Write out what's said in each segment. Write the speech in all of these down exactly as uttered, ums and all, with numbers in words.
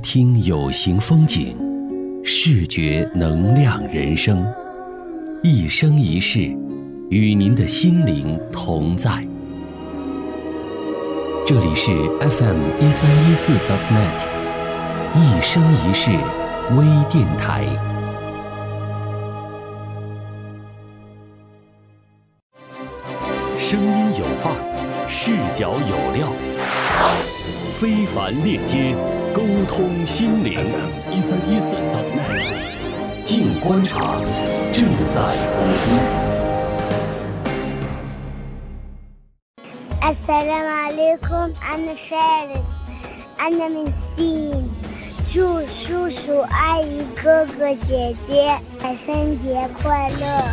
听有形风景，视觉能量人生，一生一世，与您的心灵同在。这里是 F M 一三一四 .net， 一生一世微电台。声音有范儿，视角有料，非凡链接，沟通心灵。一三一四 .net， 静观察，正在播出。 السلام عليكم أنا فارس أنا من سين 祝叔叔阿姨哥哥姐姐海参节快乐。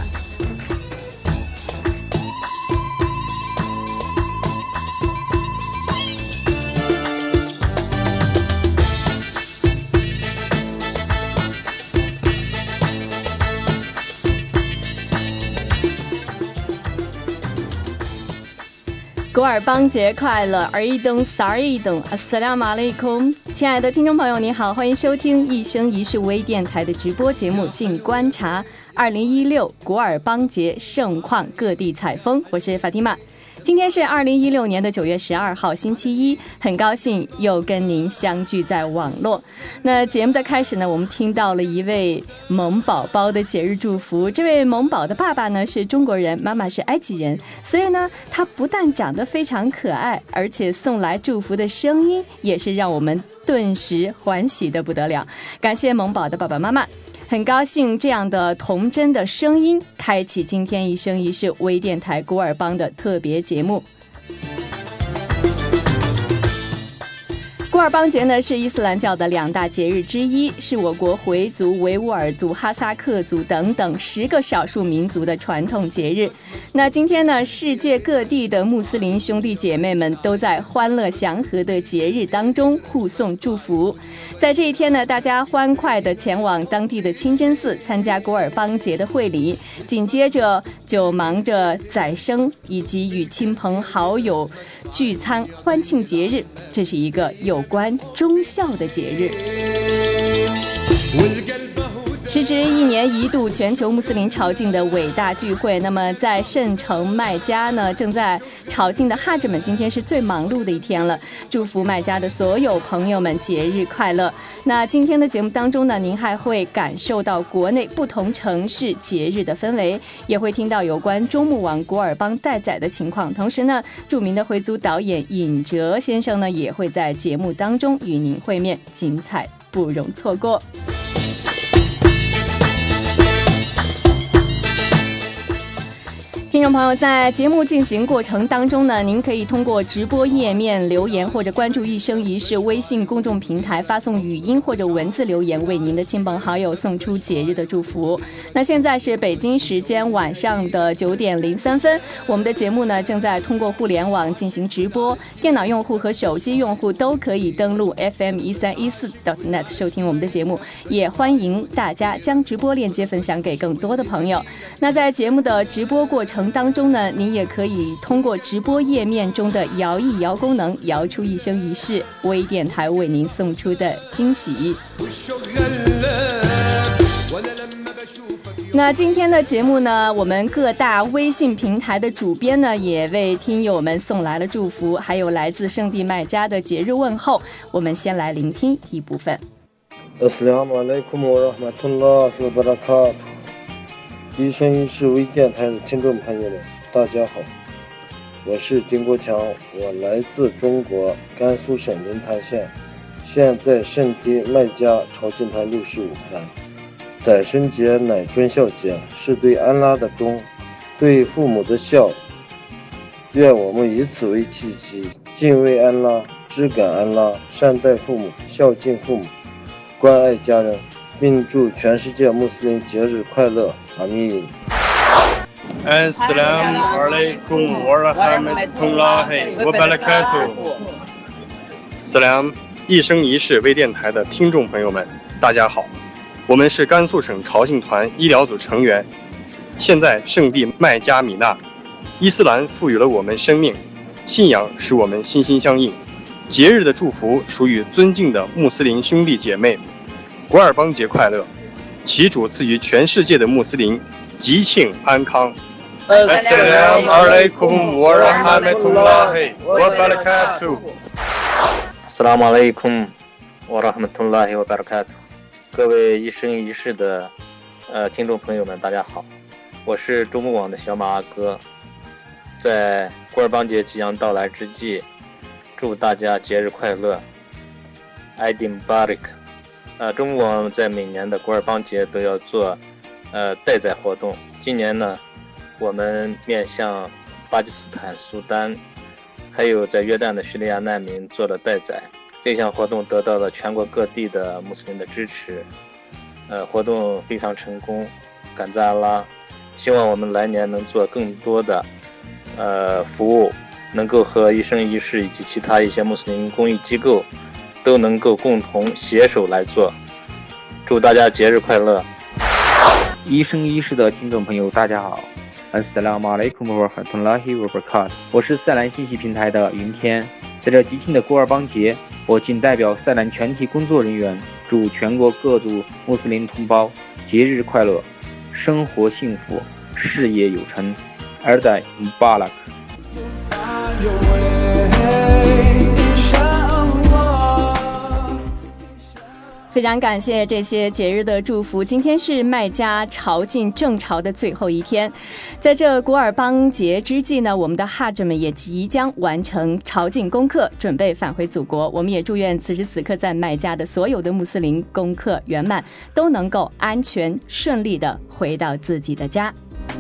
古尔邦节快乐，而一登萨尔一登，阿斯拉马雷空。亲爱的听众朋友，你好，欢迎收听一生一世微电台的直播节目《静观察》。二零一六古尔邦节盛况，各地采风。我是法蒂玛。今天是二零一六年的九月十二号，星期一，很高兴又跟您相聚在网络。那节目的开始呢，我们听到了一位萌宝宝的节日祝福。这位萌宝的爸爸呢是中国人，妈妈是埃及人，所以呢，他不但长得非常可爱，而且送来祝福的声音也是让我们顿时欢喜的不得了。感谢萌宝的爸爸妈妈。很高兴这样的童真的声音开启今天一生一世微电台古尔邦的特别节目。古尔邦节呢是伊斯兰教的两大节日之一，是我国回族、维吾尔族、哈萨克族等等十个少数民族的传统节日。那今天呢，世界各地的穆斯林兄弟姐妹们都在欢乐祥和的节日当中互送祝福。在这一天呢，大家欢快地前往当地的清真寺参加古尔邦节的会礼，紧接着就忙着宰牲以及与亲朋好友聚餐欢庆节日。这是一个有关忠孝的节日。时值一年一度全球穆斯林朝觐的伟大聚会，那么在圣城麦加呢，正在朝觐的哈дж们今天是最忙碌的一天了。祝福麦加的所有朋友们节日快乐。那今天的节目当中呢，您还会感受到国内不同城市节日的氛围，也会听到有关中穆王古尔邦待宰的情况。同时呢，著名的回族导演尹哲先生呢，也会在节目当中与您会面，精彩不容错过。听众朋友，在节目进行过程当中呢，您可以通过直播页面留言，或者关注一生一世微信公众平台发送语音或者文字留言，为您的亲朋好友送出节日的祝福。那现在是北京时间晚上的九点零三分，我们的节目呢正在通过互联网进行直播，电脑用户和手机用户都可以登录 F M 一三一四 .net 收听我们的节目，也欢迎大家将直播链接分享给更多的朋友。那在节目的直播过程当中呢，您也可以通过直播页面中的摇一摇功能，摇出一生一世微电台为您送出的惊喜。那今天的节目呢，我们各大微信平台的主编呢，也为听友们送来了祝福，还有来自圣地麦加的节日问候。我们先来聆听一部分。 Assalamu alaikum wa rahmatullahi wa barakatuh。一生一世微电台的听众朋友们，大家好，我是丁国强，我来自中国甘肃省临潭县，现在圣地麦加朝觐团六十五团。宰牲节乃忠孝节，是对安拉的忠，对父母的孝。愿我们以此为契机，敬畏安拉，知感安拉，善待父母，孝敬父母，关爱家人，并祝全世界穆斯林节日快乐，阿弥。 Assalamu alaikum wa rahmatullahi wa barakatuh。Salam， 一生一世微电台的听众朋友们，大家好，我们是甘肃省朝觐团医疗组成员，现在圣地麦加米纳。伊斯兰赋予了我们生命，信仰使我们心心相印。 节日的祝福属于尊敬的穆斯林兄弟姐妹，古尔邦节快乐，祈主赐予全世界的穆斯林吉庆安康。Assalamu alaikum wa rahmatullahi wa barakatuh。 Assalamu alaikum wa rahmatullahi wa barakatuh。各位一生一世的呃听众朋友们，大家好，我是中牧网的小马阿哥。在古尔邦节即将到来之际，祝大家节日快乐 Eid Mubarak。呃，中牧网在每年的古尔邦节都要做呃代载活动，今年呢我们面向巴基斯坦、苏丹还有在约旦的叙利亚难民做了代载。这项活动得到了全国各地的穆斯林的支持，呃，活动非常成功，感赞安拉。希望我们来年能做更多的呃服务，能够和一生一世以及其他一些穆斯林公益机构都能够共同携手来做。祝大家节日快乐！ 一生一世的听众朋友，大家好。Assalamu alaikum wa rahmatullahi wa barakatuh。我是赛兰信息平台的云天，在这吉庆的古尔邦节，我谨代表赛兰全体工作人员，祝全国各族穆斯林同胞节日快乐，生活幸福，事业有成。Eid Mubarak。 非常感谢这些节日的祝福。今天是麦加朝觐正朝的最后一天，在这古尔邦节之际呢，我们的哈дж们也即将完成朝觐功课，准备返回祖国。我们也祝愿此时此刻在麦加的所有的穆斯林功课圆满，都能够安全顺利地回到自己的家。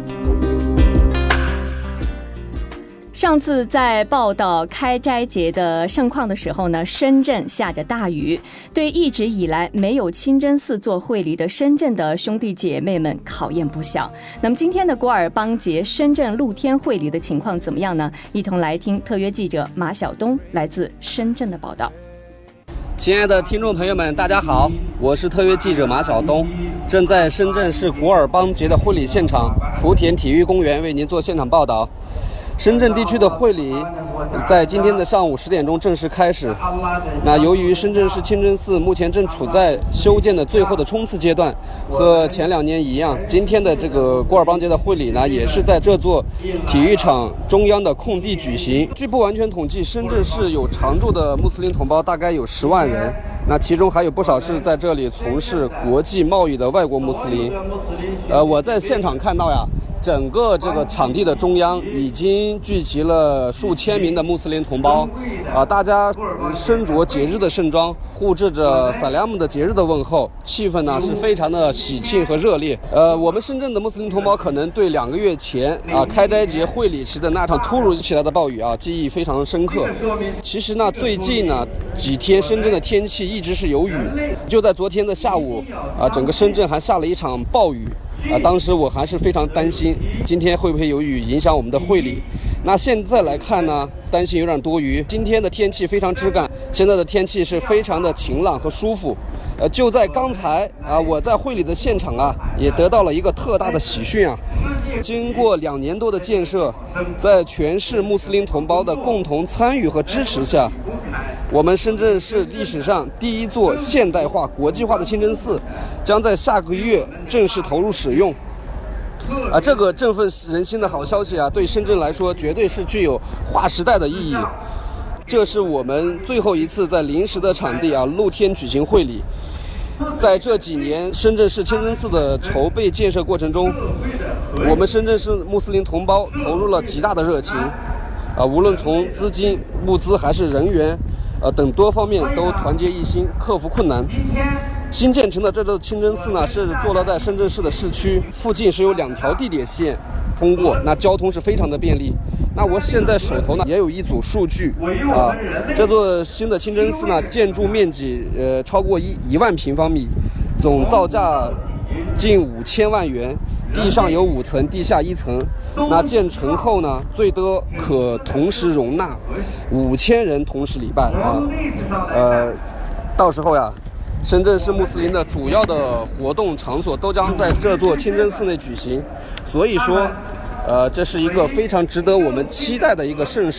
上次在报道开斋节的盛况的时候呢，深圳下着大雨，对一直以来没有清真寺做会礼的深圳的兄弟姐妹们考验不小。那么今天的古尔邦节深圳露天会礼的情况怎么样呢？一同来听特约记者马晓东来自深圳的报道。 亲爱的听众朋友们，大家好，我是特约记者马晓东，正在深圳市古尔邦节的婚礼现场福田体育公园为您做现场报道。深圳地区的会礼在今天的上午十点钟正式开始。那由于深圳市清真寺目前正处在修建的最后的冲刺阶段，和前两年一样，今天的这个古尔邦节的会礼呢，也是在这座体育场中央的空地举行。据不完全统计，深圳市有常住的穆斯林同胞大概有十万人，那其中还有不少是在这里从事国际贸易的外国穆斯林。呃，我在现场看到呀，整个这个场地的中央已经聚集了数千名的穆斯林同胞，啊，大家身着节日的盛装，互致着萨拉姆的节日的问候，气氛呢是非常的喜庆和热烈。呃，我们深圳的穆斯林同胞可能对两个月前啊开斋节会礼时的那场突如其来的暴雨啊记忆非常深刻。其实呢，最近呢几天深圳的天气一直是有雨，就在昨天的下午啊，整个深圳还下了一场暴雨。啊，当时我还是非常担心，今天会不会有雨影响我们的会礼？那现在来看呢，担心有点多余。今天的天气非常质感，现在的天气是非常的晴朗和舒服。呃，就在刚才啊，我在会礼的现场啊，也得到了一个特大的喜讯啊。经过两年多的建设，在全市穆斯林同胞的共同参与和支持下，我们深圳市历史上第一座现代化、国际化的清真寺将在下个月正式投入使用。啊，这个振奋人心的好消息啊，对深圳来说绝对是具有划时代的意义。这是我们最后一次在临时的场地啊露天举行会礼。在这几年深圳市清真寺的筹备建设过程中，我们深圳市穆斯林同胞投入了极大的热情，啊，无论从资金、物资还是人员，呃等多方面都团结一心，克服困难。新建成的这座清真寺呢，是坐落在深圳市的市区，附近是有两条地铁线通过，那交通是非常的便利。那我现在手头呢也有一组数据啊，这座新的清真寺呢，建筑面积呃超过一一万平方米，总造价近五千万元，地上有五层，地下一层。那建成后呢，最多可同时容纳五千人同时礼拜啊，呃，到时候呀。深圳市穆斯林的主要的活动场所都将在这座清真寺内举行，所以说，呃，这是一个非常值得我们期待的一个盛事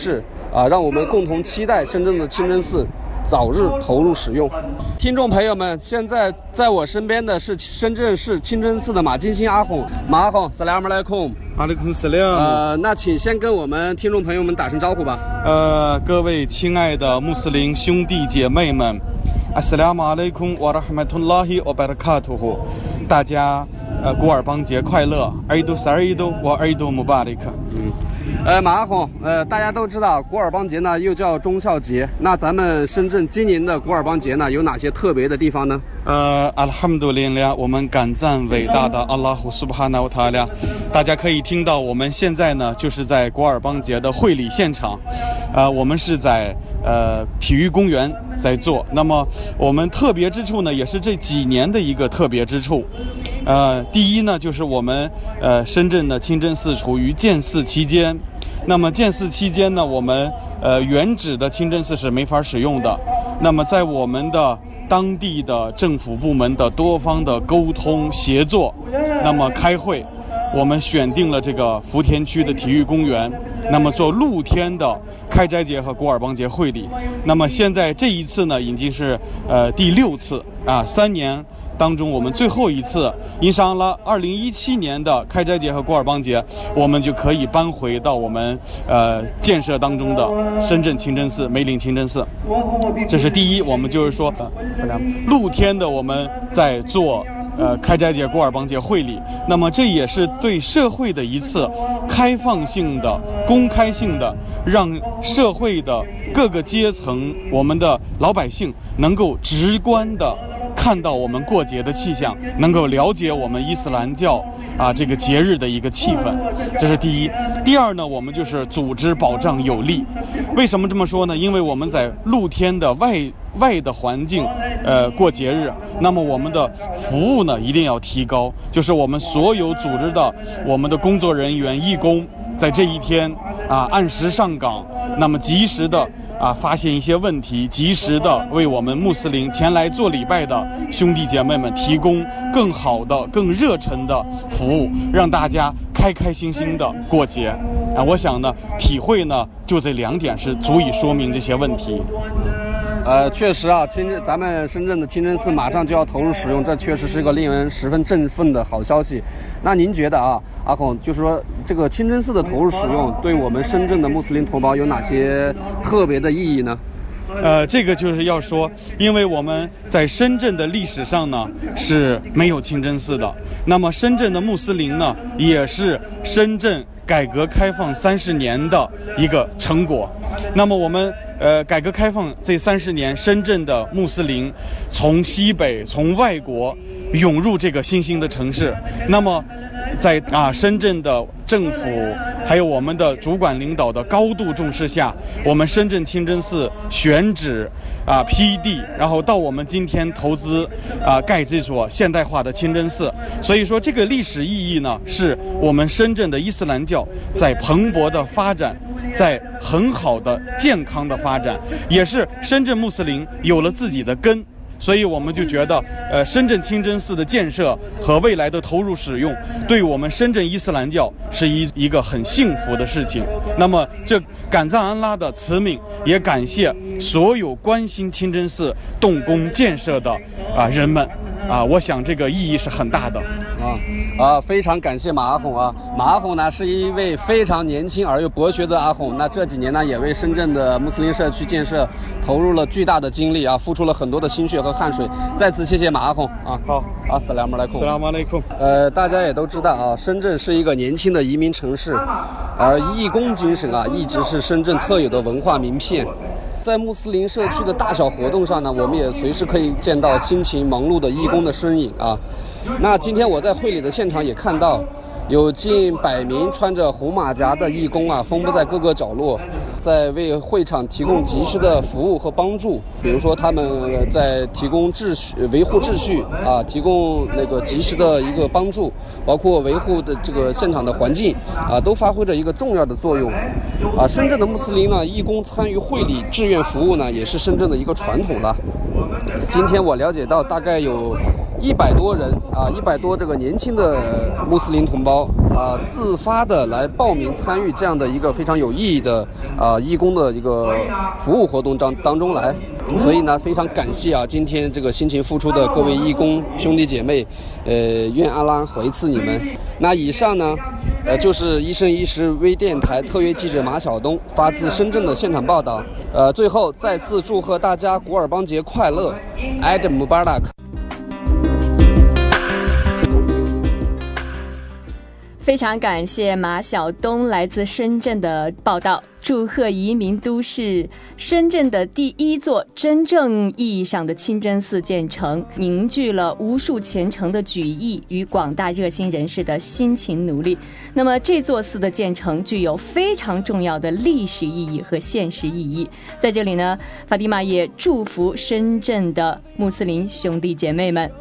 啊，让我们共同期待深圳的清真寺早日投入使用。听众朋友们，现在在我身边的是深圳市清真寺的马金星阿訇，马阿訇，萨拉姆莱库， 阿里库斯亮。 呃，那请先跟我们听众朋友们打声招呼吧。 呃，各位亲爱的穆斯林兄弟姐妹们，阿斯拉姆阿莱库瓦拉哈麦图拉希瓦巴拉卡图呼，大家呃古尔邦节快乐，阿伊都萨尔伊都瓦阿伊都穆巴里克。 嗯。呃，马阿訇，呃，大家都知道古尔邦节呢又叫忠孝节，那咱们深圳今年的古尔邦节呢有哪些特别的地方呢？ 呃，阿拉哈姆杜林拉，我们感赞伟大的阿拉胡苏巴哈纳乌塔拉。大家可以听到，我们现在呢就是在古尔邦节的会礼现场，呃，我们是在呃体育公园在做。那么我们特别之处呢，也是这几年的一个特别之处。呃，第一呢，就是我们呃深圳的清真寺处于建寺期间。那么建寺期间呢，我们呃原址的清真寺是没法使用的。那么在我们的当地的政府部门的多方的沟通协作，那么开会，我们选定了这个福田区的体育公园，那么做露天的开斋节和古尔邦节会礼。那么现在这一次呢，已经是呃第六次啊，三年当中我们最后一次，因上了二零一七年的开斋节和古尔邦节，我们就可以搬回到我们呃建设当中的深圳清真寺梅岭清真寺。这是第一，我们就是说露天的我们在做呃开斋节、古尔邦节会礼，那么这也是对社会的一次开放性的、公开性的，让社会的各个阶层、我们的老百姓能够直观的看到我们过节的气象，能够了解我们伊斯兰教啊这个节日的一个气氛，这是第一。第二呢，我们就是组织保障有力。为什么这么说呢？因为我们在露天的外外的环境，呃，过节日，那么我们的服务呢一定要提高，就是我们所有组织的我们的工作人员、义工，在这一天啊按时上岗，那么及时的啊发现一些问题，及时的为我们穆斯林前来做礼拜的兄弟姐妹们提供更好的、更热忱的服务，让大家开开心心的过节啊！我想呢，体会呢就这两点是足以说明这些问题。 呃，确实啊，清真咱们深圳的清真寺马上就要投入使用，这确实是一个令人十分振奋的好消息。那您觉得啊，阿訇，就是说这个清真寺的投入使用，对我们深圳的穆斯林同胞有哪些特别的意义呢？ 呃，这个就是要说，因为我们在深圳的历史上呢是没有清真寺的，那么深圳的穆斯林呢也是深圳改革开放三十年的一个成果。那么我们呃改革开放这三十年，深圳的穆斯林从西北、从外国涌入这个新兴的城市，那么在啊深圳的政府还有我们的主管领导的高度重视下，我们深圳清真寺选址啊批地，然后到我们今天投资啊盖这所现代化的清真寺。所以说这个历史意义呢，是我们深圳的伊斯兰教在蓬勃的发展，在很好的健康的发展，也是深圳穆斯林有了自己的根。所以我们就觉得，呃，深圳清真寺的建设和未来的投入使用，对我们深圳伊斯兰教是一一个很幸福的事情。那么，这感赞安拉的慈悯，也感谢所有关心清真寺动工建设的啊、呃、人们啊，我想这个意义是很大的。 啊啊！非常感谢马阿訇啊！马阿訇呢是一位非常年轻而又博学的阿訇，那这几年呢也为深圳的穆斯林社区建设投入了巨大的精力啊，付出了很多的心血和汗水。再次谢谢马阿訇啊！ 好啊，斯拉姆莱库， 斯拉姆莱库。 呃，大家也都知道啊，深圳是一个年轻的移民城市，而义工精神啊一直是深圳特有的文化名片。在穆斯林社区的大小活动上呢，我们也随时可以见到辛勤忙碌的义工的身影啊。那今天我在会礼的现场也看到，有近百名穿着红马甲的义工啊，分布在各个角落，在为会场提供及时的服务和帮助。比如说，他们在提供秩序、维护秩序啊，提供那个及时的一个帮助，包括维护的这个现场的环境啊，都发挥着一个重要的作用。啊，深圳的穆斯林呢，义工参与会礼志愿服务呢，也是深圳的一个传统了。今天我了解到，大概有一百多人啊，一百多这个年轻的穆斯林同胞啊、呃、自发的来报名参与这样的一个非常有意义的啊、呃、义工的一个服务活动当当中来。所以呢，非常感谢啊，今天这个辛勤付出的各位义工兄弟姐妹，呃，愿阿拉回赐你们。那以上呢，呃，就是一生一世微电台特约记者马晓东发自深圳的现场报道。呃，最后再次祝贺大家古尔邦节快乐 ，Eid Mubarak。 非常感谢马晓东来自深圳的报道，祝贺移民都市深圳的第一座真正意义上的清真寺建成，凝聚了无数虔诚的举义与广大热心人士的辛勤努力。那么这座寺的建成具有非常重要的历史意义和现实意义。在这里呢，法蒂玛也祝福深圳的穆斯林兄弟姐妹们。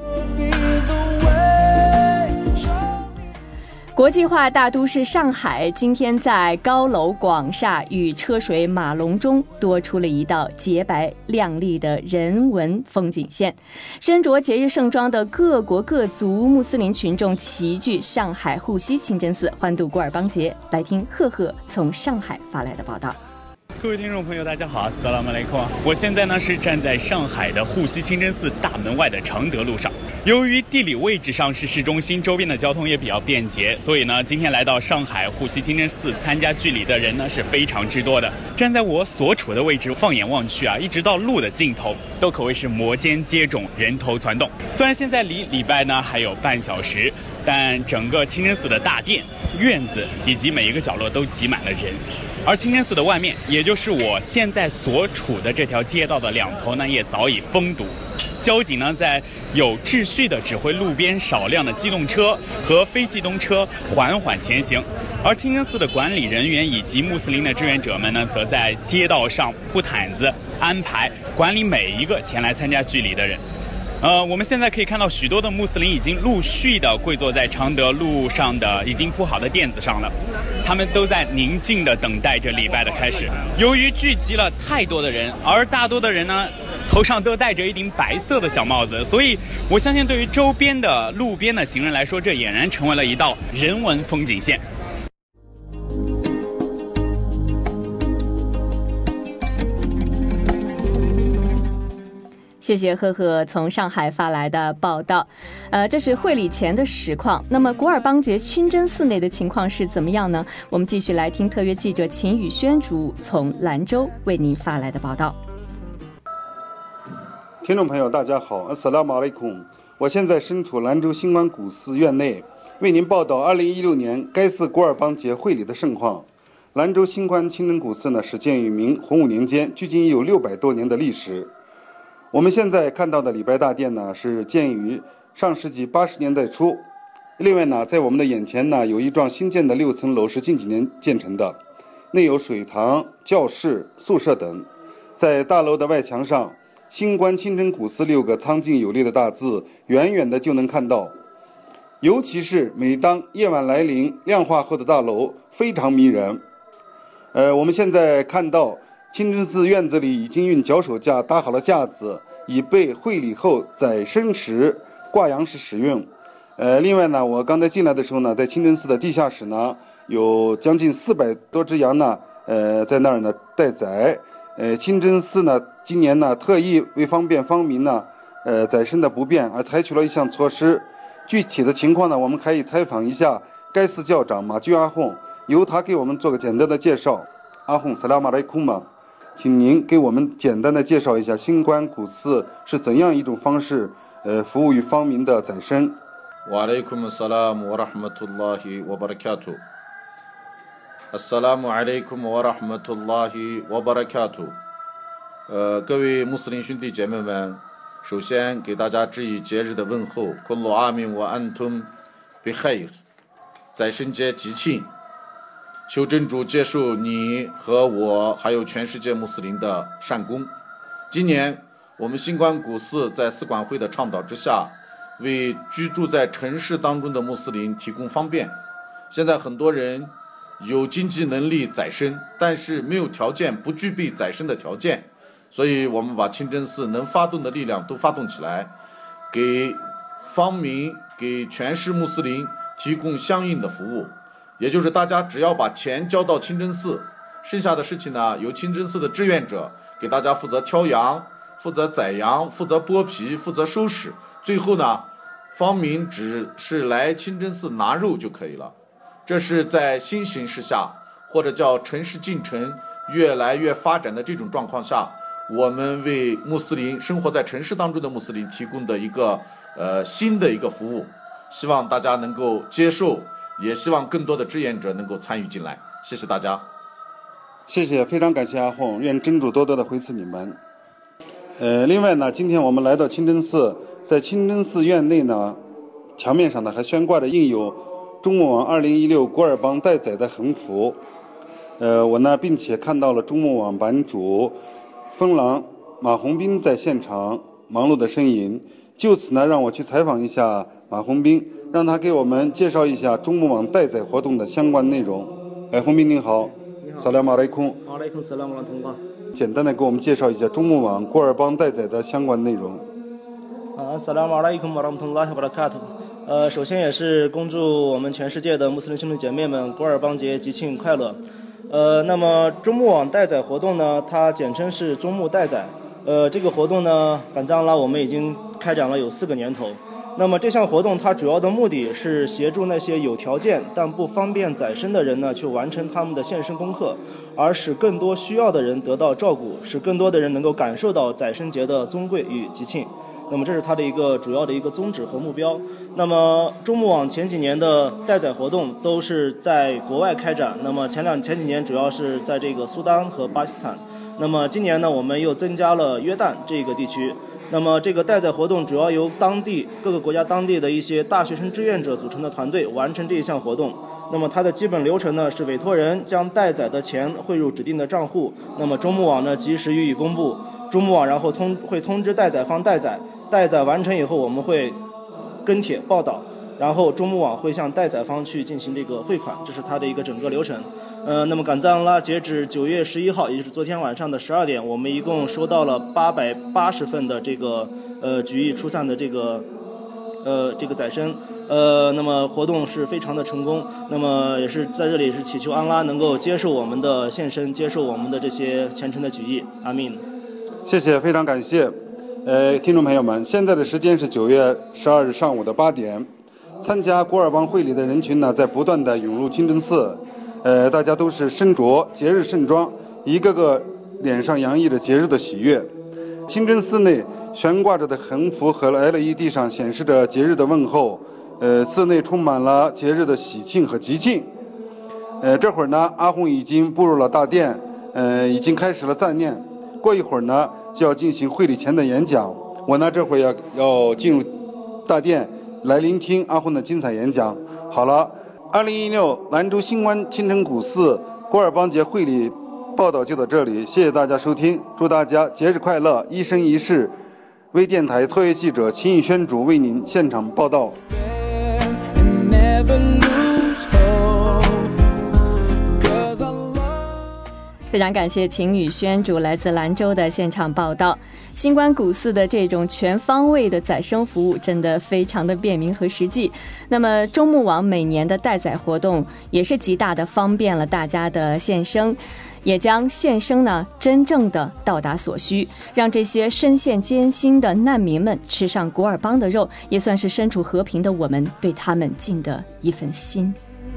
国际化大都市上海今天在高楼广厦与车水马龙中多出了一道洁白亮丽的人文风景线。身着节日盛装的各国各族穆斯林群众齐聚上海沪西清真寺欢度古尔邦节。来听赫赫从上海发来的报道。 各位听众朋友大家好，阿斯拉姆雷库。我现在呢是站在上海的沪西清真寺大门外的常德路上。由于地理位置上是市中心，周边的交通也比较便捷，所以呢今天来到上海沪西清真寺参加聚礼的人呢是非常之多的。站在我所处的位置，放眼望去啊，一直到路的尽头都可谓是摩肩接踵，人头攒动。虽然现在离礼拜呢还有半小时，但整个清真寺的大殿、院子以及每一个角落都挤满了人。而清真寺的外面，也就是我现在所处的这条街道的两头呢，也早已封堵。交警呢，在有秩序地指挥路边少量的机动车和非机动车缓缓前行，而清真寺的管理人员以及穆斯林的志愿者们呢，则在街道上铺毯子，安排管理每一个前来参加聚礼的人。呃，我们现在可以看到许多的穆斯林已经陆续的跪坐在常德路上的已经铺好的垫子上了，他们都在宁静的等待着礼拜的开始。由于聚集了太多的人，而大多的人呢头上都戴着一顶白色的小帽子，所以我相信对于周边的路边的行人来说，这俨然成为了一道人文风景线。 谢谢赫赫从上海发来的报道。呃，这是会礼前的实况。那么古尔邦节清真寺内的情况是怎么样呢？我们继续来听特约记者秦宇轩主从兰州为您发来的报道。 听众朋友大家好，阿斯拉姆阿莱库。我现在身处兰州新冠古寺院内，为您报道二零一六年该寺古尔邦节会礼的盛况。兰州新冠清真古寺呢，始建于明洪武年间，距今已有六百多年的历史。我们现在看到的礼拜大殿呢，是建于上世纪八十年代初。另外呢，在我们的眼前呢，有一幢新建的六层楼，是近几年建成的，内有水堂、教室、宿舍等。在大楼的外墙上，新冠清真古寺六个苍劲有力的大字，远远的就能看到。尤其是每当夜晚来临，亮化后的大楼非常迷人。呃，我们现在看到清真寺院子里已经用脚手架搭好了架子，以备会礼后宰生时、挂羊时使用。呃，另外呢，我刚才进来的时候呢，在清真寺的地下室呢，有将近四百多只羊呢，呃，在那儿呢待宰。呃，清真寺呢，今年呢，特意为方便方民呢，呃，宰生的不便而采取了一项措施。具体的情况呢，我们可以采访一下该寺教长马居阿訇，由他给我们做个简单的介绍。阿訇，萨拉马莱库嘛。请您给我们简单的介绍一下新冠古寺是怎样一种方式，呃，服务于方民的宰生。 wa alaikum assalam wa rahmatullahi wa barakatuh. Assalamu alaikum wa rahmatullahi wa barakatuh. 呃，各位穆斯林兄弟姐妹们，首先给大家致以节日的问候 Kullu amin wa antum bi khair， 宰生节吉庆。求真主接受你和我还有全世界穆斯林的善功。今年我们新冠古寺在寺管会的倡导之下，为居住在城市当中的穆斯林提供方便。现在很多人有经济能力宰生，但是没有条件，不具备宰生的条件，所以我们把清真寺能发动的力量都发动起来，给方民给全市穆斯林提供相应的服务。 也就是大家只要把钱交到清真寺，剩下的事情呢，由清真寺的志愿者给大家负责挑羊、负责宰羊、负责剥皮、负责收拾，最后呢，方民只是来清真寺拿肉就可以了。这是在新形势下，或者叫城市进程越来越发展的这种状况下，我们为穆斯林生活在城市当中的穆斯林提供的一个呃新的一个服务，希望大家能够接受，也希望更多的志愿者能够参与进来。谢谢大家。 谢谢，非常感谢阿訇，愿真主多多的回赐你们。呃，另外呢，今天我们来到清真寺，在清真寺院内呢，墙面上呢还悬挂着印有中穆网二零一六古尔邦待宰的横幅。呃，我呢，并且看到了中穆网版主风狼马洪斌在现场忙碌的身影。就此呢，让我去采访一下马洪斌，让他给我们介绍一下中穆网待宰活动的相关内容。哎，洪斌您好。萨拉马莱空。 马莱空，萨拉马拉通吧。 简单的给我们介绍一下中穆网古尔邦待宰的相关内容。 啊，萨拉马莱空，马拉通拉哈巴拉卡图。呃，首先也是恭祝我们全世界的穆斯林兄弟姐妹们古尔邦节吉庆快乐。呃，那么中穆网待宰活动呢，它简称是中穆待宰。呃，这个活动呢，感赞拉我们已经开展了有四个年头。那么这项活动它主要的目的是协助那些有条件但不方便宰牲的人呢，去完成他们的献身功课，而使更多需要的人得到照顾，使更多的人能够感受到宰牲节的尊贵与吉庆。那么这是它的一个主要的一个宗旨和目标。那么中穆网前几年的待宰活动都是在国外开展，那么前两前几年主要是在这个苏丹和巴基斯坦，那么今年呢我们又增加了约旦这个地区。那么这个待宰活动主要由当地各个国家当地的一些大学生志愿者组成的团队完成这一项活动。那么它的基本流程呢是委托人将待宰的钱汇入指定的账户，那么中穆网呢及时予以公布，中穆网然后通会通知待宰方待宰，待宰完成以后我们会跟帖报道，然后中穆网会向待宰方去进行这个汇款，这是它的一个整个流程。呃，那么感赞拉截止九月十一号，也就是昨天晚上的十二点，我们一共收到了八百八十份的这个呃举义出散的这个呃这个宰牲。呃，那么活动是非常的成功，那么也是在这里是祈求安拉能够接受我们的献身，接受我们的这些虔诚的举义，阿密。 谢谢，非常感谢。呃，听众朋友们，现在的时间是九月十二日上午的八点。参加古尔邦会礼的人群呢，在不断的涌入清真寺，呃，大家都是身着节日盛装，一个个脸上洋溢着节日的喜悦。清真寺内悬挂着的横幅和 L E D 上显示着节日的问候，呃，寺内充满了节日的喜庆和吉庆。呃，这会儿呢，阿訇已经步入了大殿，呃，已经开始了赞念。过一会儿呢，就要进行会礼前的演讲。我呢，这会儿要要进入大殿来聆听阿訇的精彩演讲。好了，二零一六兰州新关清真古寺古尔邦节会礼报道就到这里，谢谢大家收听，祝大家节日快乐，一生一世。微电台特约记者秦宇轩主为您现场报道。 非常感谢秦宇轩主来自兰州的现场报道。新关古寺的这种全方位的宰牲服务真的非常的便民和实际。那么中穆网每年的待宰活动也是极大的方便了大家的献牲，也将献牲呢真正的到达所需，让这些身陷艰辛的难民们吃上古尔邦的肉，也算是身处和平的我们对他们尽的一份心。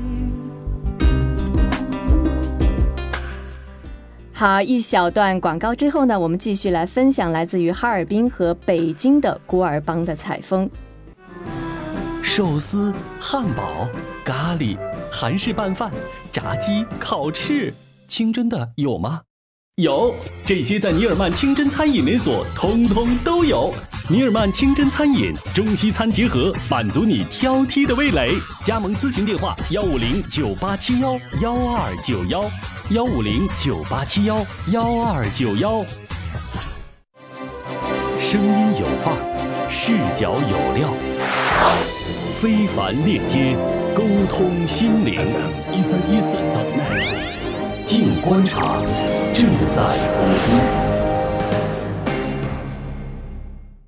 好，一小段广告之后呢，我们继续来分享来自于哈尔滨和北京的古尔邦的采风。 寿司、汉堡、咖喱、韩式拌饭、炸鸡、烤翅，清真的有吗？有，这些在尼尔曼清真餐饮连锁通通都有。尼尔曼清真餐饮，中西餐结合，满足你挑剔的味蕾。加盟咨询电话：幺五零九八七幺幺二九幺，幺五零九八七幺幺二九幺。声音有范儿，视角有料，非凡链接，沟通心灵。一三一四 .net， 静观察，正在播出。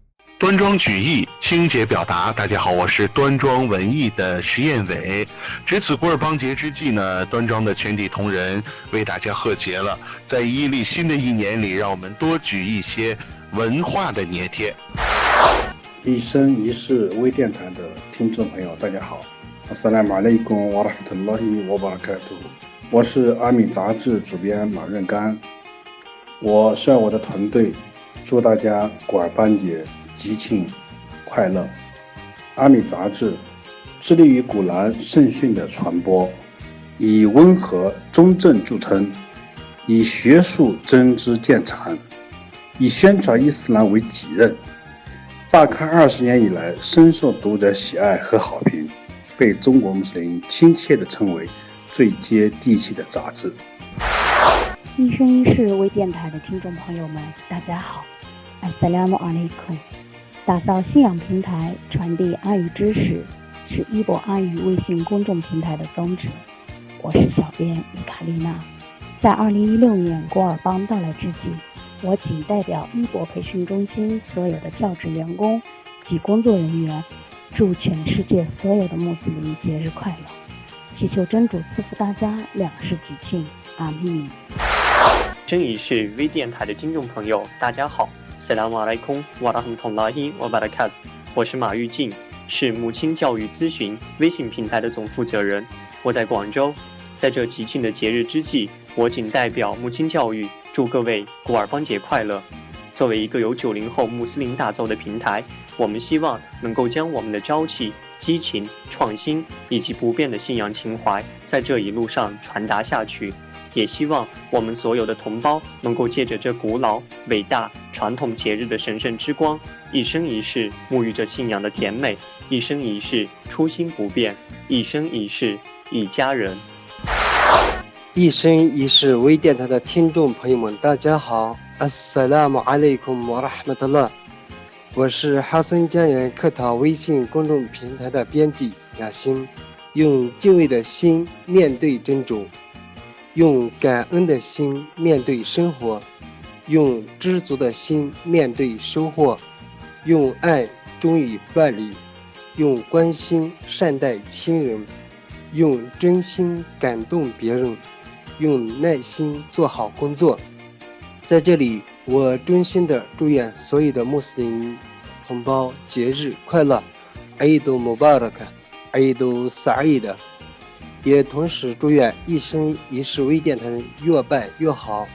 端庄举义，清洁表达。大家好，我是端庄文艺的石彦伟。值此古尔邦节之际呢，端庄的全体同仁为大家贺节了。在阴历新的一年里，让我们多举一些文化的捏贴。 一生一世微电台的听众朋友，大家好，阿斯拉马勒贡瓦拉哈特拉希瓦巴拉卡图，我是阿米杂志主编马润干。我率我的团队祝大家古尔邦节吉庆快乐。阿米杂志致力于古兰圣训的传播，以温和中正著称，以学术真知见长，以宣传伊斯兰为己任。大刊二十年以来，深受读者喜爱和好评，被中国穆斯林亲切地称为最接地气的杂志。 一生一世微电台的听众朋友们，大家好，安萨拉姆阿雷库。打造信仰平台，传递阿语知识，是伊博阿语微信公众平台的宗旨。我是小编伊卡丽娜。在二零一六年古尔邦到来之际，我谨代表伊博培训中心所有的教职员工及工作人员，祝全世界所有的穆斯林节日快乐，祈求真主赐福大家两世吉庆，阿密。 真一世微电台的听众朋友，大家好，萨拉姆阿莱空瓦拉罕同拉希瓦巴拉卡，我是马玉静，是母亲教育咨询微信平台的总负责人。我在广州，在这吉庆的节日之际，我仅代表母亲教育祝各位古尔邦节快乐。作为一个由九零后穆斯林打造的平台，我们希望能够将我们的朝气、激情、创新以及不变的信仰情怀在这一路上传达下去。也希望我们所有的同胞能够借着这古老、伟大、传统节日的神圣之光，一生一世沐浴着信仰的甜美，一生一世初心不变，一生一世一家人。 一生一世微电台的听众朋友们，大家好，阿萨拉姆阿勒孔瓦拉哈马特拉，我是哈森家园客套微信公众平台的编辑雅欣。用敬畏的心面对真主，用感恩的心面对生活，用知足的心面对收获，用爱忠于伴侣，用关心善待亲人，用真心感动别人，用耐心做好工作。在这里，我衷心的祝愿所有的穆斯林同胞节日快乐，艾伊杜穆巴拉克，艾伊杜萨伊的。也同时祝愿一生一世微电台越办越好。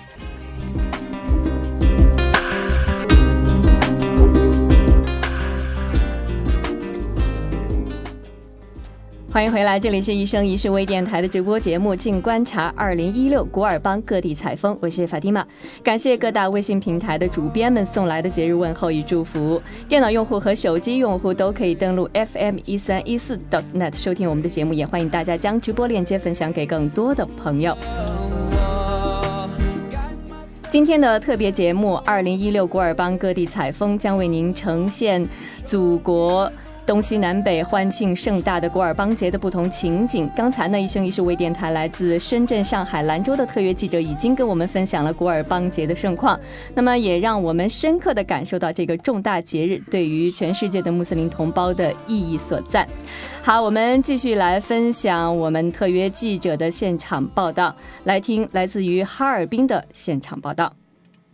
欢迎回来，这里是一生一世微电台的直播节目《静观察》二零一六古尔邦各地采风，我是法蒂玛。感谢各大微信平台的主编们送来的节日问候与祝福。电脑用户和手机用户都可以登录 F M 一三一四 点 net 收听我们的节目，也欢迎大家将直播链接分享给更多的朋友。今天的特别节目二零一六古尔邦各地采风将为您呈现祖国东西南北欢庆盛大的古尔邦节的不同情景。刚才呢，一生一世微电台来自深圳、上海、兰州的特约记者已经跟我们分享了古尔邦节的盛况，那么也让我们深刻地感受到这个重大节日对于全世界的穆斯林同胞的意义所在。好，我们继续来分享我们特约记者的现场报道，来听来自于哈尔滨的现场报道。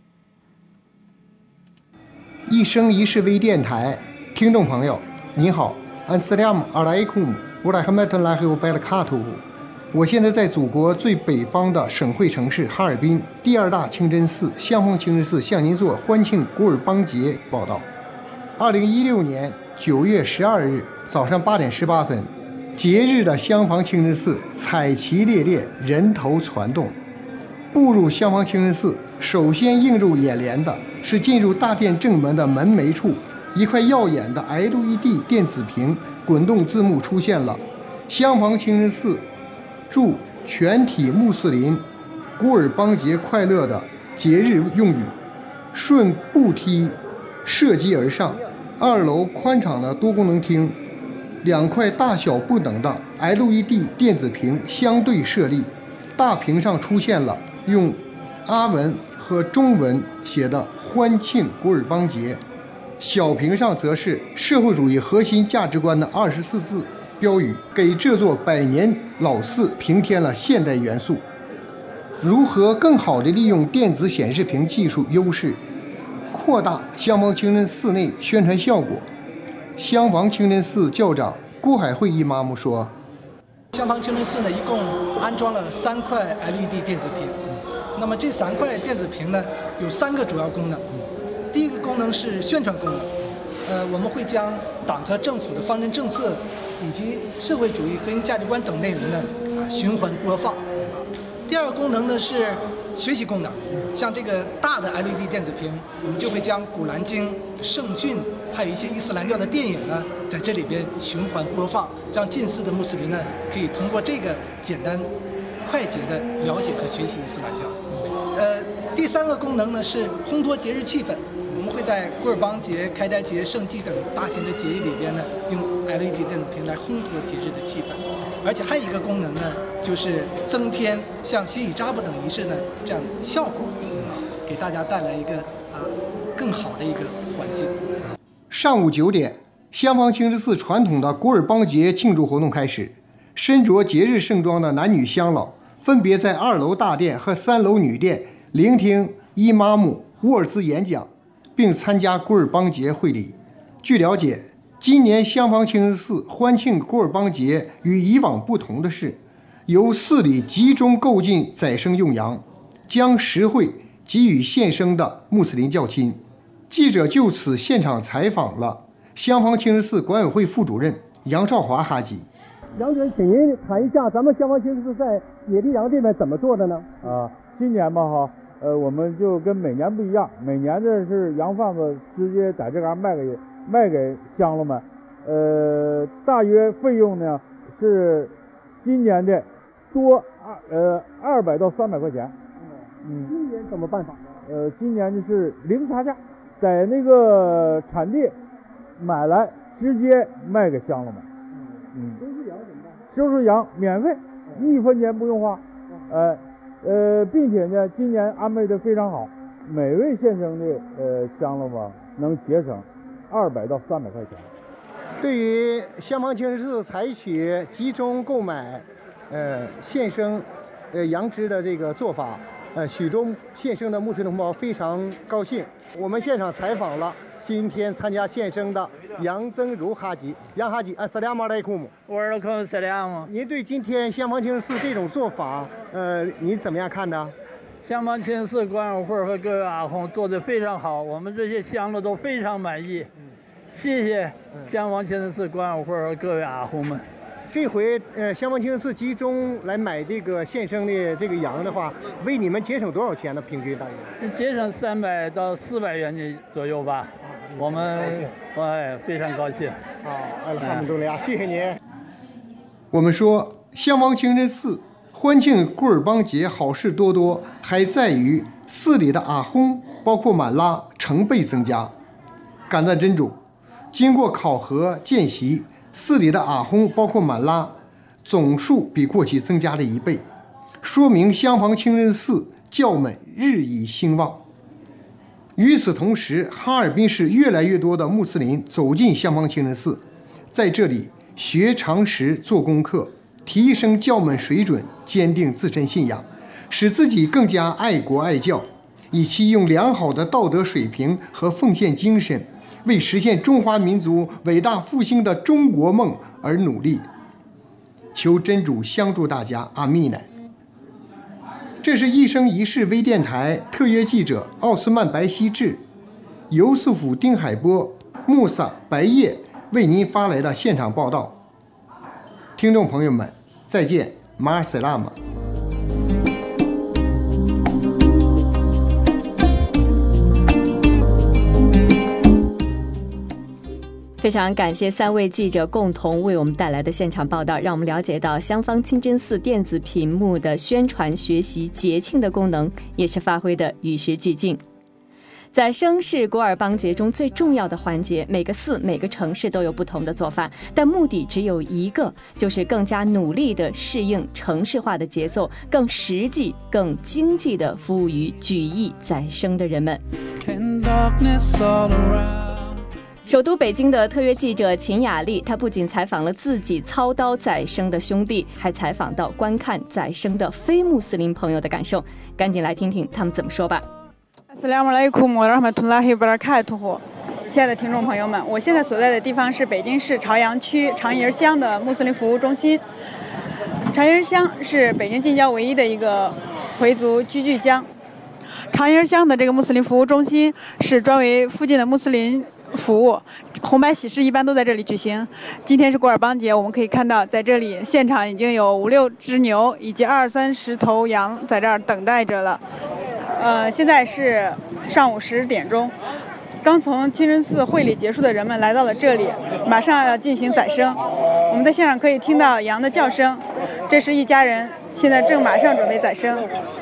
一生一世微电台听众朋友你好，安斯拉姆阿莱库姆乌拉哈麦特拉黑乌拜拉卡图。我现在在祖国最北方的省会城市哈尔滨第二大清真寺香峰清真寺向您做欢庆古尔邦节报道。二零一六年九月十二日早上八点十八分，节日的香坊清真寺彩旗猎猎，人头攒动。步入香坊清真寺，首先映入眼帘的是进入大殿正门的门楣处，一块耀眼的 L E D 电子屏滚动字幕出现了，香坊清真寺祝全体穆斯林古尔邦节快乐的节日用语。顺步梯射击而上，二楼宽敞的多功能厅，两块大小不等的 L E D 电子屏相对设立，大屏上出现了用阿文和中文写的欢庆古尔邦节。 小屏上则是社会主义核心价值观的二十四字标语，给这座百年老寺平添了现代元素。如何更好地利用电子显示屏技术优势，扩大香坊清真寺内宣传效果？香坊清真寺教长郭海会伊妈姆说：“ 香坊清真寺呢，一共安装了三块 L E D 电子屏。那么这三块电子屏呢，有三个主要功能。第一个功能是宣传功能，呃，我们会将党和政府的方针政策以及社会主义核心价值观等内容呢，啊，循环播放。第二个功能呢是学习功能，像这个大的 L E D 电子屏，我们就会将《古兰经》、圣训，还有一些伊斯兰教的电影呢，在这里边循环播放，让近似的穆斯林呢，可以通过这个简单、快捷的了解和学习伊斯兰教。呃，第三个功能呢是烘托节日气氛，我们会在古尔邦节、开斋节、圣祭等大型的节日里边呢，用 L E D 电子屏来烘托节日的气氛。而且还有一个功能呢，就是增添像洗洗扎布等仪式呢这样效果，给大家带来一个啊更好的一个环境。 上午九点，香坊清真寺传统的古尔邦节庆祝活动开始，身着节日盛装的男女香老分别在二楼大殿和三楼女殿聆听伊玛目沃尔兹演讲，并参加古尔邦节会礼。据了解，今年香坊清真寺欢庆古尔邦节与以往不同的是，由寺里集中购进宰牲用羊，将实惠给予献牲的穆斯林教亲。记者就此现场采访了香坊清真寺管委会副主任杨少华哈吉。 杨主任，请您谈一下咱们香坊清真寺在野地羊这边怎么做的呢？ 啊，今年吧哈，呃，我们就跟每年不一样，每年这是羊贩子直接在这嘎卖给卖给香了们，呃，大约费用呢是今年的多二呃二百到三百块钱。 嗯，今年怎么办法？ 呃，今年就是零差价，在那个产地买来直接卖给香了们。嗯， 收拾羊怎么办？ 收拾羊免费，一分钱不用花。呃呃，并且呢，今年安排的非常好，每位献牲的呃香了们能节省二百到三百块钱。 对于香坊清真寺采取集中购买，呃，献牲，呃，羊脂的这个做法，呃，许多献牲的穆斯林同胞非常高兴。我们现场采访了今天参加献牲的杨增如哈吉，杨哈吉，安斯拉马莱库姆。 我尔克斯拉姆。 您对今天香坊清真寺这种做法，呃，您怎么样看呢？ 香坊清真寺管委会和各位阿訇做得非常好，我们这些香了都非常满意。谢谢香坊清真寺管委会和各位阿訇们。 这回呃，香坊清真寺集中来买这个献牲的这个羊的话，为你们节省多少钱呢？平均大约？ 节省三百到四百元的左右吧。我们哎非常高兴。 好，阿拉哈姆杜利亚，谢谢您。我们说，香坊清真寺欢庆古尔邦节好事多多，还在于寺里的阿訇，包括满拉成倍增加。感赞真主，经过考核见习，寺里的阿訇包括满拉总数比过去增加了一倍，说明香坊清真寺教门日益兴旺。与此同时，哈尔滨市越来越多的穆斯林走进香坊清真寺，在这里学常识、做功课，提升教门水准，坚定自身信仰，使自己更加爱国爱教，以期用良好的道德水平和奉献精神，为实现中华民族伟大复兴的中国梦而努力。求真主相助大家，阿密乃。这是一生一世微电台特约记者奥斯曼白希志、尤素甫丁海波、穆萨白叶为您发来的现场报道。听众朋友们，再见，马尔塞拉玛。 非常感谢三位记者共同为我们带来的现场报道，让我们了解到香坊清真寺电子屏幕的宣传、学习、节庆的功能也是发挥的与时俱进。宰牲是古尔邦节中最重要的环节，每个寺、每个城市都有不同的做法，但目的只有一个，就是更加努力地适应城市化的节奏，更实际、更经济地服务于举义宰牲的人们。 首都北京的特约记者秦雅丽，她不仅采访了自己操刀宰生的兄弟，还采访到观看宰生的非穆斯林朋友的感受。赶紧来听听他们怎么说吧。 Assalamu alaikum wa rahmatullahi wa barakatuh。亲爱的听众朋友们，我现在所在的地方是北京市朝阳区长营乡的穆斯林服务中心。长营乡是北京近郊唯一的一个回族聚居乡。长营乡的这个穆斯林服务中心是专为附近的穆斯林服务，红白喜事一般都在这里举行。今天是古尔邦节，我们可以看到在这里现场已经有五六只牛以及二三十头羊在这儿等待着了。呃，现在是上午十点钟，刚从清真寺会礼结束的人们来到了这里，马上要进行宰生。我们在现场可以听到羊的叫声，这是一家人现在正马上准备宰生。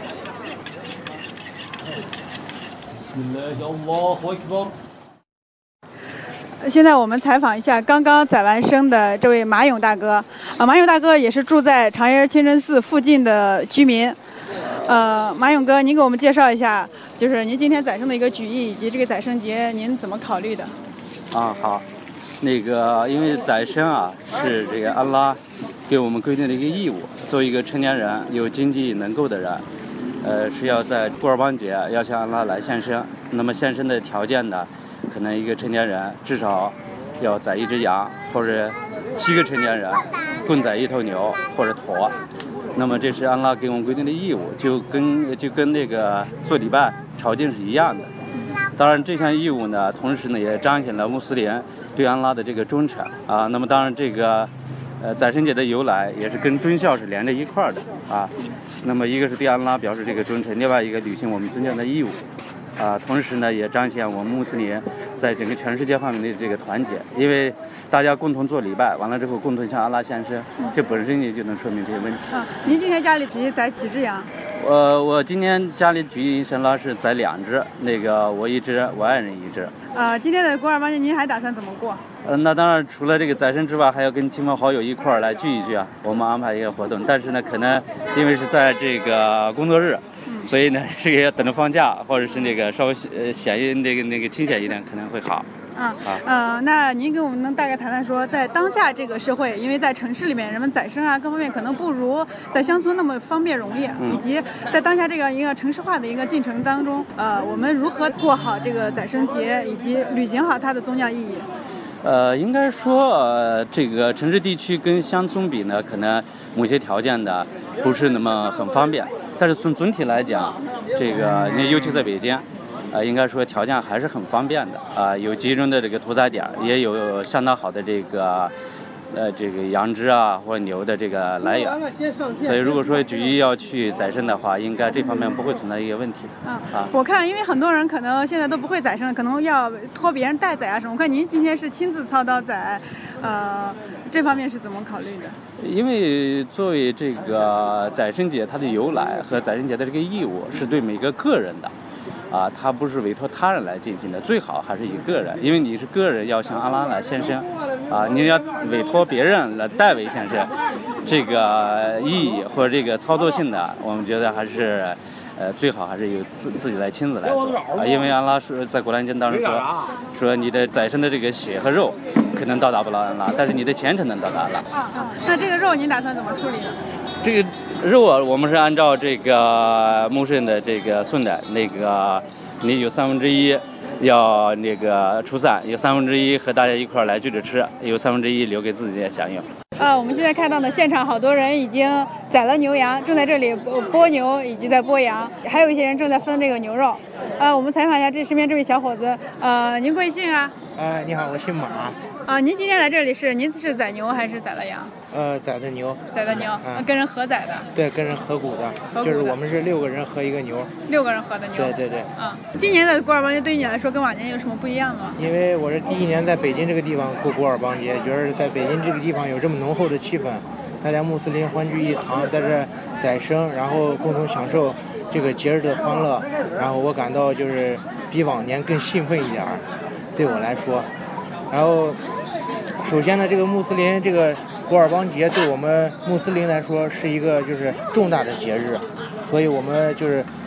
现在我们采访一下刚刚宰完生的这位马勇大哥。啊，马勇大哥也是住在长营清真寺附近的居民。呃，马勇哥，您给我们介绍一下，就是您今天宰生的一个举意，以及这个宰生节您怎么考虑的？ 啊，好，那个因为宰生啊是这个安拉给我们规定的一个义务，作为一个成年人有经济能够的人，呃是要在古尔邦节要向安拉来献身。那么献身的条件呢，可能一个成年人至少要宰一只羊，或者七个成年人共宰一头牛或者驼。那么这是安拉给我们规定的义务，就跟就跟那个做礼拜朝觐是一样的。当然这项义务呢，同时呢也彰显了穆斯林对安拉的这个忠诚啊。那么当然这个呃宰生节的由来也是跟忠孝是连着一块儿的啊。那么一个是对安拉表示这个忠诚，另外一个履行我们宗教的义务。啊，同时呢，也彰显我们穆斯林在整个全世界范围内的这个团结，因为大家共同做礼拜，完了之后共同向阿拉献身，这本身也就能说明这些问题。 啊，您今天家里举行宰几只羊？ 呃，我今天家里举行神拉是宰两只，那个我一只，我爱人一只。 呃，今天的古尔邦节您还打算怎么过？ 呃，那当然除了这个宰生之外，还要跟亲朋好友一块儿来聚一聚啊。我们安排一个活动，但是呢，可能因为是在这个工作日。所以呢，这个要等着放假，或者是那个稍微呃闲一那个那个清闲一点，可能会好。 啊啊呃，那您给我们能大概谈谈说，在当下这个社会，因为在城市里面人们宰生啊各方面可能不如在乡村那么方便容易， 嗯、 以及在当下这个一个城市化的一个进程当中，呃，我们如何过好这个宰生节，以及履行好它的宗教意义？ 呃，应该说，呃，这个城市地区跟乡村比呢，可能某些条件呢不是那么很方便。但是从总体来讲，这个尤其在北京，呃，应该说条件还是很方便的啊、呃，有集中的这个屠宰点，也有相当好的这个，呃，这个羊脂啊或者牛的这个来源。所以如果说举意要去宰生的话，应该这方面不会存在一个问题。 啊，啊我看因为很多人可能现在都不会宰生，可能要托别人代宰啊什么。我看您今天是亲自操刀宰，呃，这方面是怎么考虑的？ 因为作为这个宰生节，它的由来和宰生节的这个义务是对每个个人的，啊，它不是委托他人来进行的，最好还是以个人，因为你是个人要向阿拉来献身，啊，你要委托别人来代为献身，这个意义或者这个操作性的，我们觉得还是。呃，最好还是由自自己来亲自来做啊，因为安拉说在古兰经当中说，说你的宰生的这个血和肉可能到达不了安拉，但是你的虔诚能到达安拉。 啊啊，那这个肉您打算怎么处理呢？ 这个肉啊，我们是按照这个穆圣的这个顺的，那个你有三分之一要那个出散，有三分之一和大家一块儿来聚着吃，有三分之一留给自己的享用。 呃，我们现在看到的现场，好多人已经宰了牛羊，正在这里剥牛以及在剥羊，还有一些人正在分这个牛肉。呃，我们采访一下这身边这位小伙子，呃，您贵姓啊？ 呃，你好，我姓马。 啊，您今天来这里是您是宰牛还是宰了羊？ 呃，宰的牛。 宰的牛， 嗯、 跟人合宰的。 对，跟人合股的， 合股的就是我们是六个人合一个牛。 六个人合的牛。 对对对。 啊，今年的古尔邦节对于你来说跟往年有什么不一样吗？ 因为我是第一年在北京这个地方过古尔邦节，觉得在北京这个地方有这么浓厚的气氛，大家穆斯林欢聚一堂，在这宰生，然后共同享受这个节日的欢乐，然后我感到就是比往年更兴奋一点儿，对我来说。然后，首先呢，这个穆斯林这个古尔邦节对我们穆斯林来说是一个就是重大的节日，所以我们就是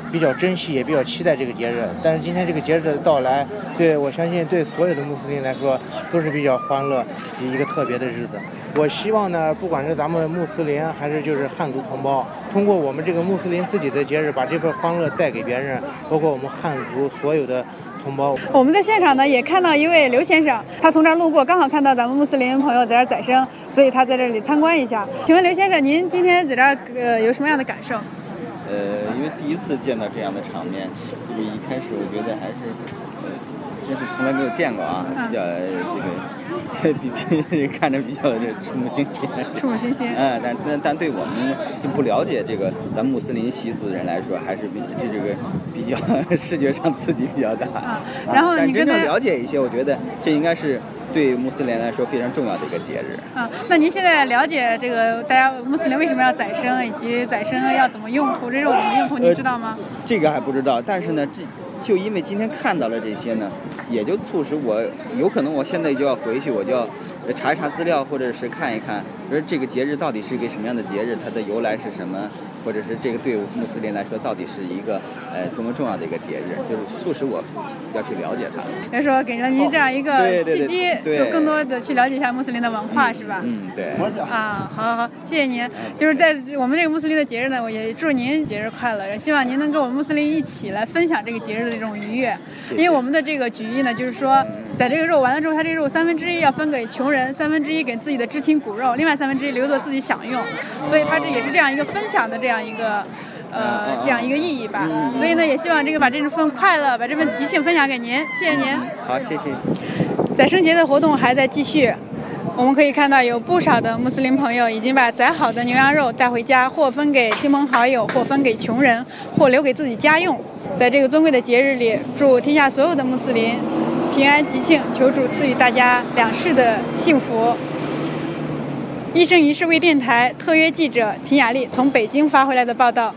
比较珍惜，也比较期待这个节日。但是今天这个节日的到来，对我相信对所有的穆斯林来说都是比较欢乐一个特别的日子。我希望呢，不管是咱们穆斯林还是就是汉族同胞，通过我们这个穆斯林自己的节日，把这份欢乐带给别人，包括我们汉族所有的同胞。 我们在现场呢也看到一位刘先生，他从这儿路过，刚好看到咱们穆斯林朋友在这儿宰生，所以他在这里参观一下。请问刘先生，您今天在这儿呃有什么样的感受？ 呃，因为第一次见到这样的场面，就是一开始我觉得还是，呃，真是从来没有见过啊，比较这个，比比看着比较这触目惊心。 触目惊心。 嗯，但但但对我们就不了解这个咱穆斯林习俗的人来说，还是比这这个比较视觉上刺激比较大。 啊，然后你但真正了解一些，我觉得这应该是对穆斯林来说非常重要的一个节日。 啊，那您现在了解这个大家穆斯林为什么要宰生，以及宰生要怎么用途，这肉怎么用途，你知道吗？ 呃、这个还不知道，但是呢，这就因为今天看到了这些呢，也就促使我有可能我现在就要回去，我就要查一查资料，或者是看一看，说这个节日到底是一个什么样的节日，它的由来是什么，或者是这个对穆斯林来说到底是一个呃多么重要的一个节日，就是促使我要去了解它。 所以说给了您这样一个契机， 对对对对就更多的去了解一下穆斯林的文化， 嗯、 是吧？ 嗯，对。 啊，好好好，谢谢您。就是在我们这个穆斯林的节日呢，我也祝您节日快乐，也希望您能跟我们穆斯林一起来分享这个节日的这种愉悦。 谢谢。 因为我们的这个举意呢，就是说，在这个肉完了之后，它这个肉三分之一要分给穷人，三分之一给自己的至亲骨肉，另外三分之一留作自己享用，所以它这也是这样一个分享的这样一个。呃，这样一个意义吧，所以呢，也希望这个把这份快乐，把这份吉庆分享给您，谢谢您。 好，谢谢。 宰生节的活动还在继续，我们可以看到有不少的穆斯林朋友已经把宰好的牛羊肉带回家，或分给亲朋好友，或分给穷人，或留给自己家用。在这个尊贵的节日里，祝天下所有的穆斯林平安吉庆，求主赐予大家两世的幸福。一生一世微电台特约记者秦雅丽从北京发回来的报道。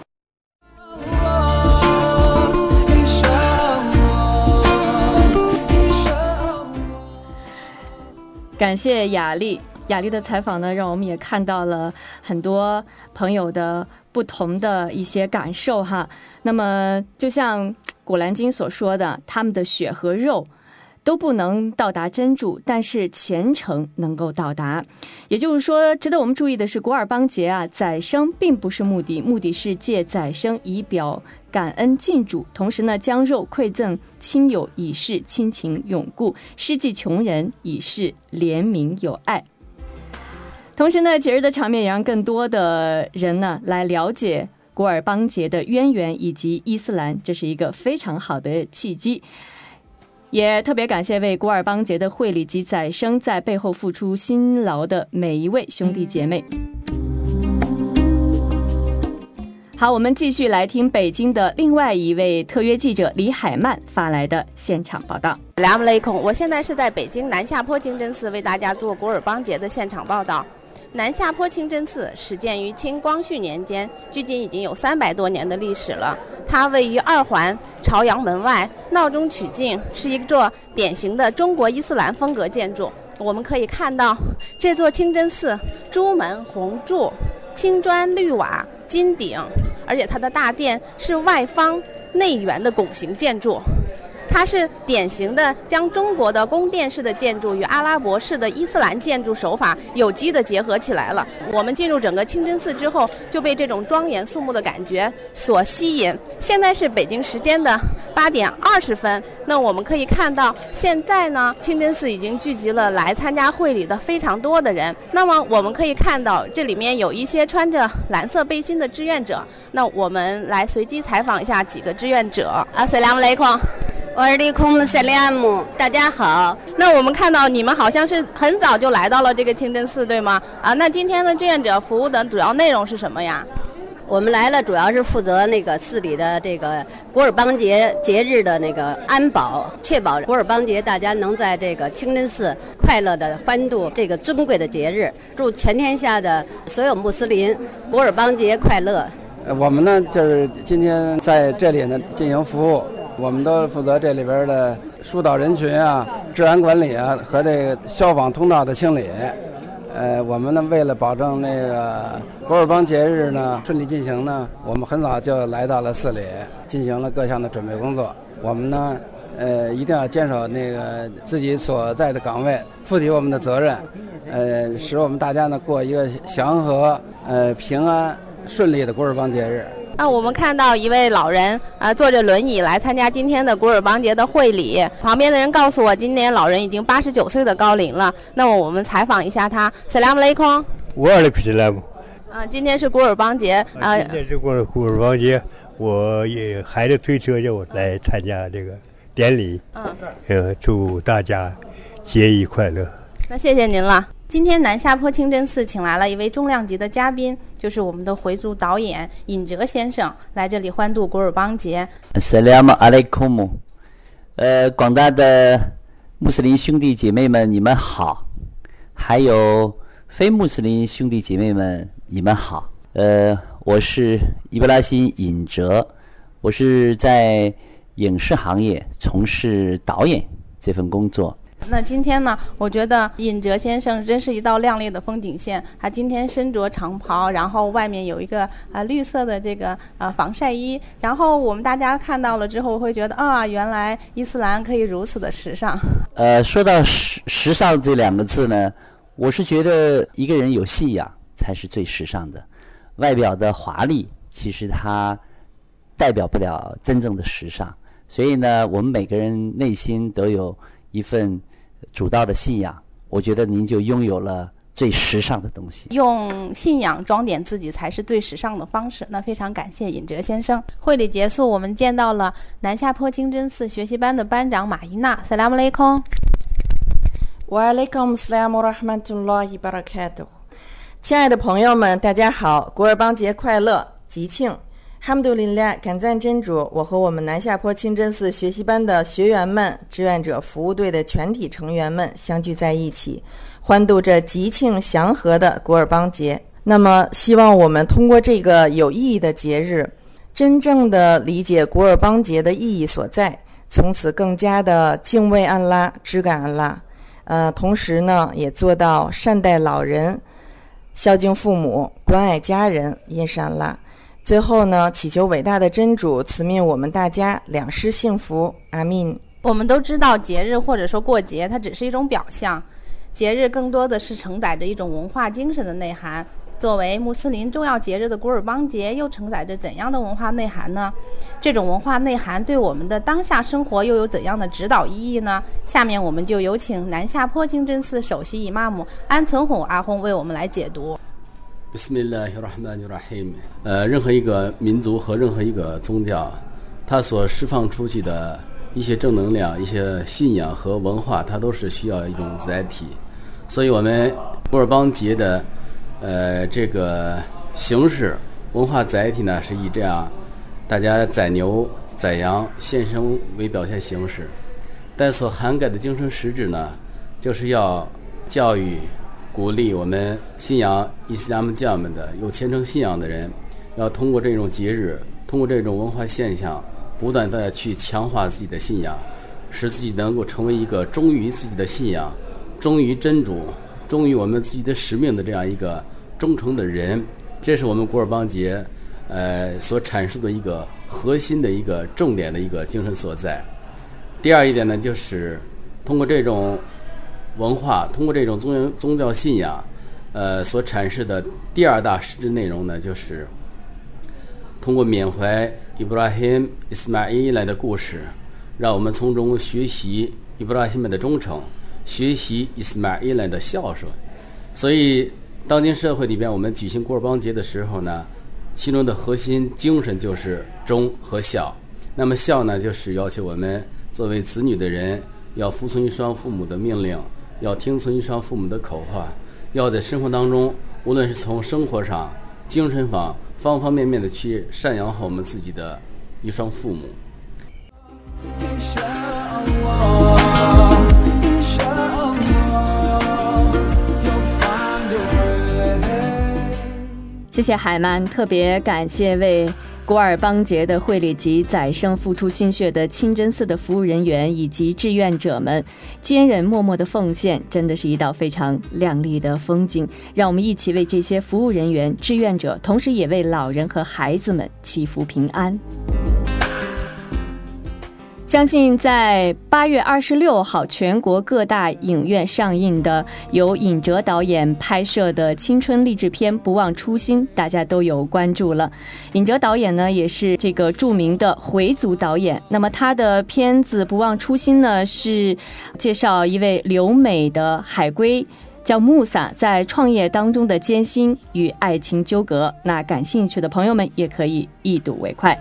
感谢雅丽，雅丽的采访呢，让我们也看到了很多朋友的不同的一些感受哈。那么，就像古兰经所说的，他们的血和肉都不能到达真主，但是虔诚能够到达。也就是说，值得我们注意的是，古尔邦节啊，宰生并不是目的，目的是借宰生以表感恩敬主，同时呢，将肉馈赠亲友，以示亲情永固；施济穷人，以示怜悯友爱。同时呢，节日的场面也让更多的人呢来了解古尔邦节的渊源以及伊斯兰，这是一个非常好的契机。也特别感谢为古尔邦节的会礼及宰生在背后付出辛劳的每一位兄弟姐妹。好，我们继续来听北京的另外一位特约记者李海曼发来的现场报道。 拉姆雷孔，我现在是在北京南下坡清真寺为大家做古尔邦节的现场报道。南下坡清真寺始建于清光绪年间，距今已经有三百多年的历史了。它位于二环朝阳门外，闹中取静，是一座典型的中国伊斯兰风格建筑。我们可以看到，这座清真寺朱门红柱，青砖绿瓦金顶，而且它的大殿是外方内圆的拱形建筑。它是典型的将中国的宫殿式的建筑与阿拉伯式的伊斯兰建筑手法有机的结合起来了。我们进入整个清真寺之后，就被这种庄严肃穆的感觉所吸引。现在是北京时间的八点二十分，那我们可以看到，现在呢，清真寺已经聚集了来参加会礼的非常多的人。那么我们可以看到，这里面有一些穿着蓝色背心的志愿者。那我们来随机采访一下几个志愿者。阿斯拉姆雷孔。 我是利空塞利亚姆，大家好。 那我们看到你们好像是很早就来到了这个清真寺，对吗？啊，那今天的志愿者服务的主要内容是什么呀？ 我们来了，主要是负责那个寺里的这个古尔邦节节日的那个安保，确保古尔邦节大家能在这个清真寺快乐的欢度这个尊贵的节日。祝全天下的所有穆斯林古尔邦节快乐。 我们呢，就是今天在这里呢进行服务。我们都负责这里边的疏导人群啊、治安管理啊和这个消防通道的清理。 呃，我们呢为了保证那个古尔邦节日呢顺利进行呢，我们很早就来到了寺里，进行了各项的准备工作。我们呢，呃，一定要坚守那个自己所在的岗位，负起我们的责任，呃，使我们大家呢过一个祥和、呃平安、顺利的古尔邦节日。 那我们看到一位老人啊、呃，坐着轮椅来参加今天的古尔邦节的会礼。旁边的人告诉我，今年老人已经八十九岁的高龄了。那么我们采访一下他。Salam alaikum。 我尔克西莱姆。 啊，今天是古尔邦节啊。 今天是古尔古尔邦节，我也孩子推车叫我来参加这个典礼。嗯。呃，祝大家节日快乐。 那谢谢您了。今天南下坡清真寺请来了一位重量级的嘉宾，就是我们的回族导演尹哲先生，来这里欢度古尔邦节。 Assalamu alaikum， 呃，广大的穆斯林兄弟姐妹们，你们好；还有非穆斯林兄弟姐妹们，你们好。呃，我是伊布拉辛尹哲，我是在影视行业从事导演这份工作。 那今天呢，我觉得尹哲先生真是一道亮丽的风景线。他今天身着长袍，然后外面有一个呃绿色的这个呃防晒衣，然后我们大家看到了之后会觉得啊，原来伊斯兰可以如此的时尚。 呃，说到时时尚这两个字呢，我是觉得一个人有信仰才是最时尚的，外表的华丽其实它代表不了真正的时尚。所以呢，我们每个人内心都有一份主道的信仰，我觉得您就拥有了最时尚的东西。 用信仰装点自己才是最时尚的方式。那非常感谢尹哲先生。会礼结束，我们见到了南下坡清真寺学习班的班长马伊娜。Salam alaikum。 wa alaikum salam wa rahmatullahi barakatuh。亲爱的朋友们，大家好，古尔邦节快乐，吉庆。哈姆杜林拉，感赞真主！我和我们南下坡清真寺学习班的学员们、志愿者服务队的全体成员们相聚在一起，欢度这吉庆祥和的古尔邦节。那么，希望我们通过这个有意义的节日，真正的理解古尔邦节的意义所在，从此更加的敬畏安拉、知感安拉。呃，同时呢，也做到善待老人、孝敬父母、关爱家人，因善安拉。最后呢，祈求伟大的真主赐命我们大家两世幸福，阿密。 我们都知道节日或者说过节它只是一种表象，节日更多的是承载着一种文化精神的内涵。作为穆斯林重要节日的古尔邦节又承载着怎样的文化内涵呢？这种文化内涵对我们的当下生活又有怎样的指导意义呢？下面我们就有请南下坡清真寺首席伊玛目安存哄阿訇为我们来解读。 Bismillahirrahmanirrahim。呃，任何一个民族和任何一个宗教，它所释放出去的一些正能量、一些信仰和文化，它都是需要一种载体。所以，我们古尔邦节的呃这个形式文化载体呢，是以这样大家宰牛、宰羊、献牲为表现形式，但所涵盖的精神实质呢，就是要教育。鼓励我们信仰伊斯兰教们的有虔诚信仰的人，要通过这种节日，通过这种文化现象，不断的去强化自己的信仰，使自己能够成为一个忠于自己的信仰、忠于真主、忠于我们自己的使命的这样一个忠诚的人。这是我们古尔邦节呃所阐述的一个核心的一个重点的一个精神所在。第二一点呢，就是通过这种文化，通过这种宗宗教信仰，呃，所阐释的第二大实质内容呢，就是通过缅怀伊布拉辛、伊斯玛伊来的故事，让我们从中学习伊布拉辛们的忠诚，学习伊斯玛伊来的孝顺。所以，当今社会里边，我们举行古尔邦节的时候呢，其中的核心精神就是忠和孝。那么孝呢，就是要求我们作为子女的人，要服从于双父母的命令。要听从一双父母的口话，要在生活当中，无论是从生活上、精神上方方面面的去赡养好我们自己的一双父母。 谢谢海曼，特别感谢为古古尔邦节的惠里及宰生付出心血的清真寺的服务人员以及志愿者们坚忍默默的奉献，真的是一道非常亮丽的风景。让我们一起为这些服务人员、志愿者，同时也为老人和孩子们祈福平安。相信在八月二十六号全国各大影院上映的由尹哲导演拍摄的青春励志片《不忘初心》，大家都有关注了。尹哲导演呢，也是这个著名的回族导演。那么他的片子《不忘初心》呢，是介绍一位留美的海归叫穆萨在创业当中的艰辛与爱情纠葛。那感兴趣的朋友们也可以一睹为快。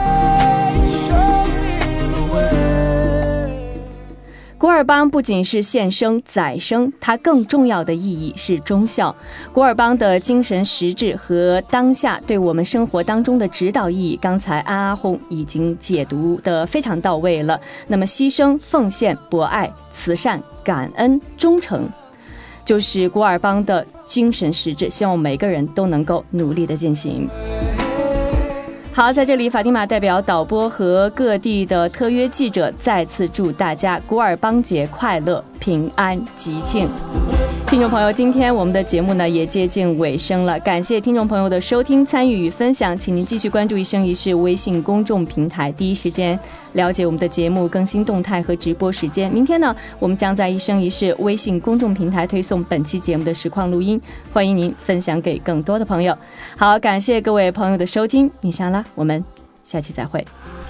古尔邦不仅是献生宰生，它更重要的意义是忠孝。古尔邦的精神实质和当下对我们生活当中的指导意义，刚才安阿訇已经解读得非常到位了。那么牺牲、奉献、博爱、慈善、感恩、忠诚，就是古尔邦的精神实质，希望每个人都能够努力的践行。好，在这里法蒂玛代表导播和各地的特约记者再次祝大家古尔邦节快乐、平安吉庆。听众朋友，今天我们的节目呢也接近尾声了，感谢听众朋友的收听、参与与分享，请您继续关注一生一世微信公众平台，第一时间了解我们的节目更新动态和直播时间。明天呢，我们将在一生一世微信公众平台推送本期节目的实况录音，欢迎您分享给更多的朋友。好，感谢各位朋友的收听，米莎拉，我们下期再会。